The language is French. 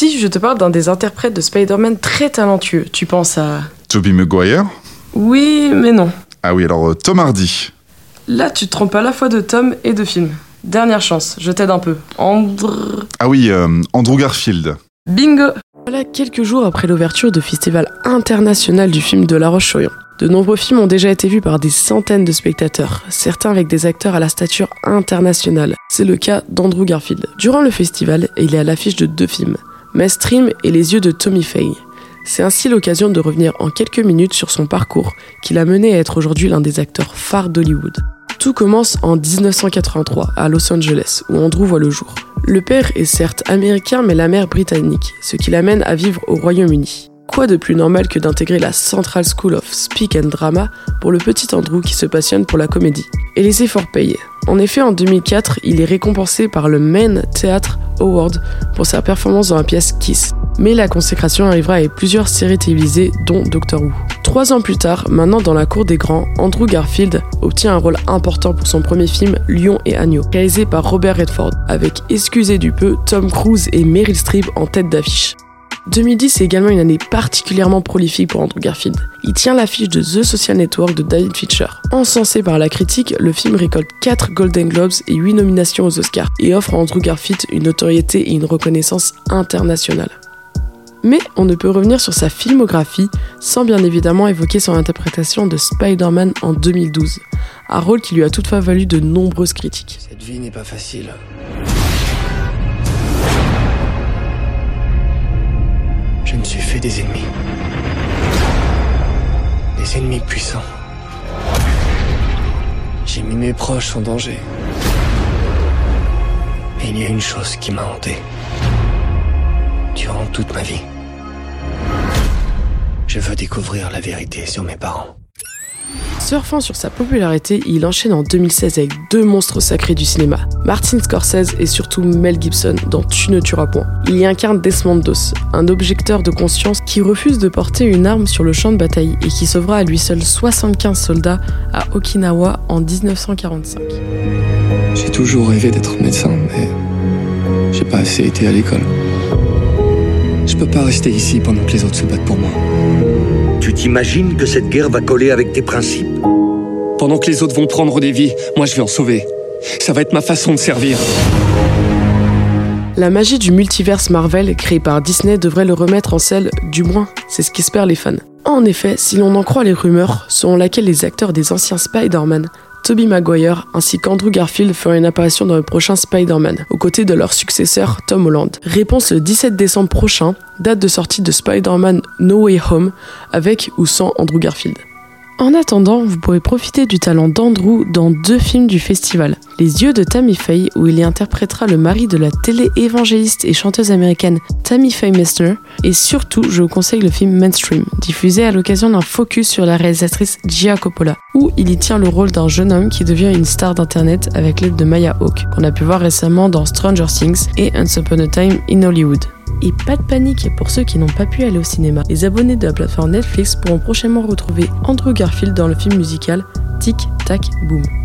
Si je te parle d'un des interprètes de Spider-Man très talentueux, tu penses à... Tobey Maguire? Oui, mais non. Ah oui, alors Tom Hardy. Là, tu te trompes à la fois de Tom et de film. Dernière chance, je t'aide un peu. Ah oui, Andrew Garfield. Bingo! Voilà quelques jours après l'ouverture du Festival international du film de La Roche-sur-Yon. De nombreux films ont déjà été vus par des centaines de spectateurs, certains avec des acteurs à la stature internationale. C'est le cas d'Andrew Garfield. Durant le festival, il est à l'affiche de 2 films, Mainstream et Les yeux de Tommy Faye. C'est ainsi l'occasion de revenir en quelques minutes sur son parcours qui l'a mené à être aujourd'hui l'un des acteurs phares d'Hollywood. Tout commence en 1983 à Los Angeles, où Andrew voit le jour. Le père est certes américain mais la mère britannique, ce qui l'amène à vivre au Royaume-Uni. Quoi de plus normal que d'intégrer la Central School of Speak and Drama pour le petit Andrew qui se passionne pour la comédie. Et les efforts payent. En effet, en 2004, il est récompensé par le Main Theatre Award pour sa performance dans la pièce Kiss. Mais la consécration arrivera avec plusieurs séries télévisées, dont Doctor Who. 3 ans plus tard, maintenant dans la cour des grands, Andrew Garfield obtient un rôle important pour son premier film Lion et Agneau, réalisé par Robert Redford, avec, excusez du peu, Tom Cruise et Meryl Streep en tête d'affiche. 2010 est également une année particulièrement prolifique pour Andrew Garfield. Il tient l'affiche de The Social Network de David Fincher. Encensé par la critique, le film récolte 4 Golden Globes et 8 nominations aux Oscars et offre à Andrew Garfield une notoriété et une reconnaissance internationale. Mais on ne peut revenir sur sa filmographie sans bien évidemment évoquer son interprétation de Spider-Man en 2012, un rôle qui lui a toutefois valu de nombreuses critiques. Cette vie n'est pas facile. Je me suis fait des ennemis. Des ennemis puissants. J'ai mis mes proches en danger. Mais il y a une chose qui m'a hanté. Durant toute ma vie. Je veux découvrir la vérité sur mes parents. Surfant sur sa popularité, il enchaîne en 2016 avec 2 monstres sacrés du cinéma, Martin Scorsese et surtout Mel Gibson dans Tu ne tueras point. Il y incarne Desmond Doss, un objecteur de conscience qui refuse de porter une arme sur le champ de bataille et qui sauvera à lui seul 75 soldats à Okinawa en 1945. J'ai toujours rêvé d'être médecin, mais j'ai pas assez été à l'école. Je peux pas rester ici pendant que les autres se battent pour moi. Tu t'imagines que cette guerre va coller avec tes principes? Pendant que les autres vont prendre des vies, moi je vais en sauver. Ça va être ma façon de servir. La magie du multiverse Marvel créé par Disney devrait le remettre en selle, du moins, c'est ce qu'espèrent les fans. En effet, si l'on en croit les rumeurs, selon laquelle les acteurs des anciens Spider-Man, Tobey Maguire ainsi qu'Andrew Garfield feraient une apparition dans le prochain Spider-Man, aux côtés de leur successeur Tom Holland. Réponse le 17 décembre prochain, date de sortie de Spider-Man No Way Home, avec ou sans Andrew Garfield. En attendant, vous pourrez profiter du talent d'Andrew dans 2 films du festival. Les yeux de Tammy Faye, où il y interprétera le mari de la télé-évangéliste et chanteuse américaine Tammy Faye Messner, et surtout, je vous conseille le film Mainstream, diffusé à l'occasion d'un focus sur la réalisatrice Gia Coppola, où il y tient le rôle d'un jeune homme qui devient une star d'internet avec l'aide de Maya Hawke, qu'on a pu voir récemment dans Stranger Things et Once Upon a Time in Hollywood. Et pas de panique pour ceux qui n'ont pas pu aller au cinéma. Les abonnés de la plateforme Netflix pourront prochainement retrouver Andrew Garfield dans le film musical Tic Tac Boom.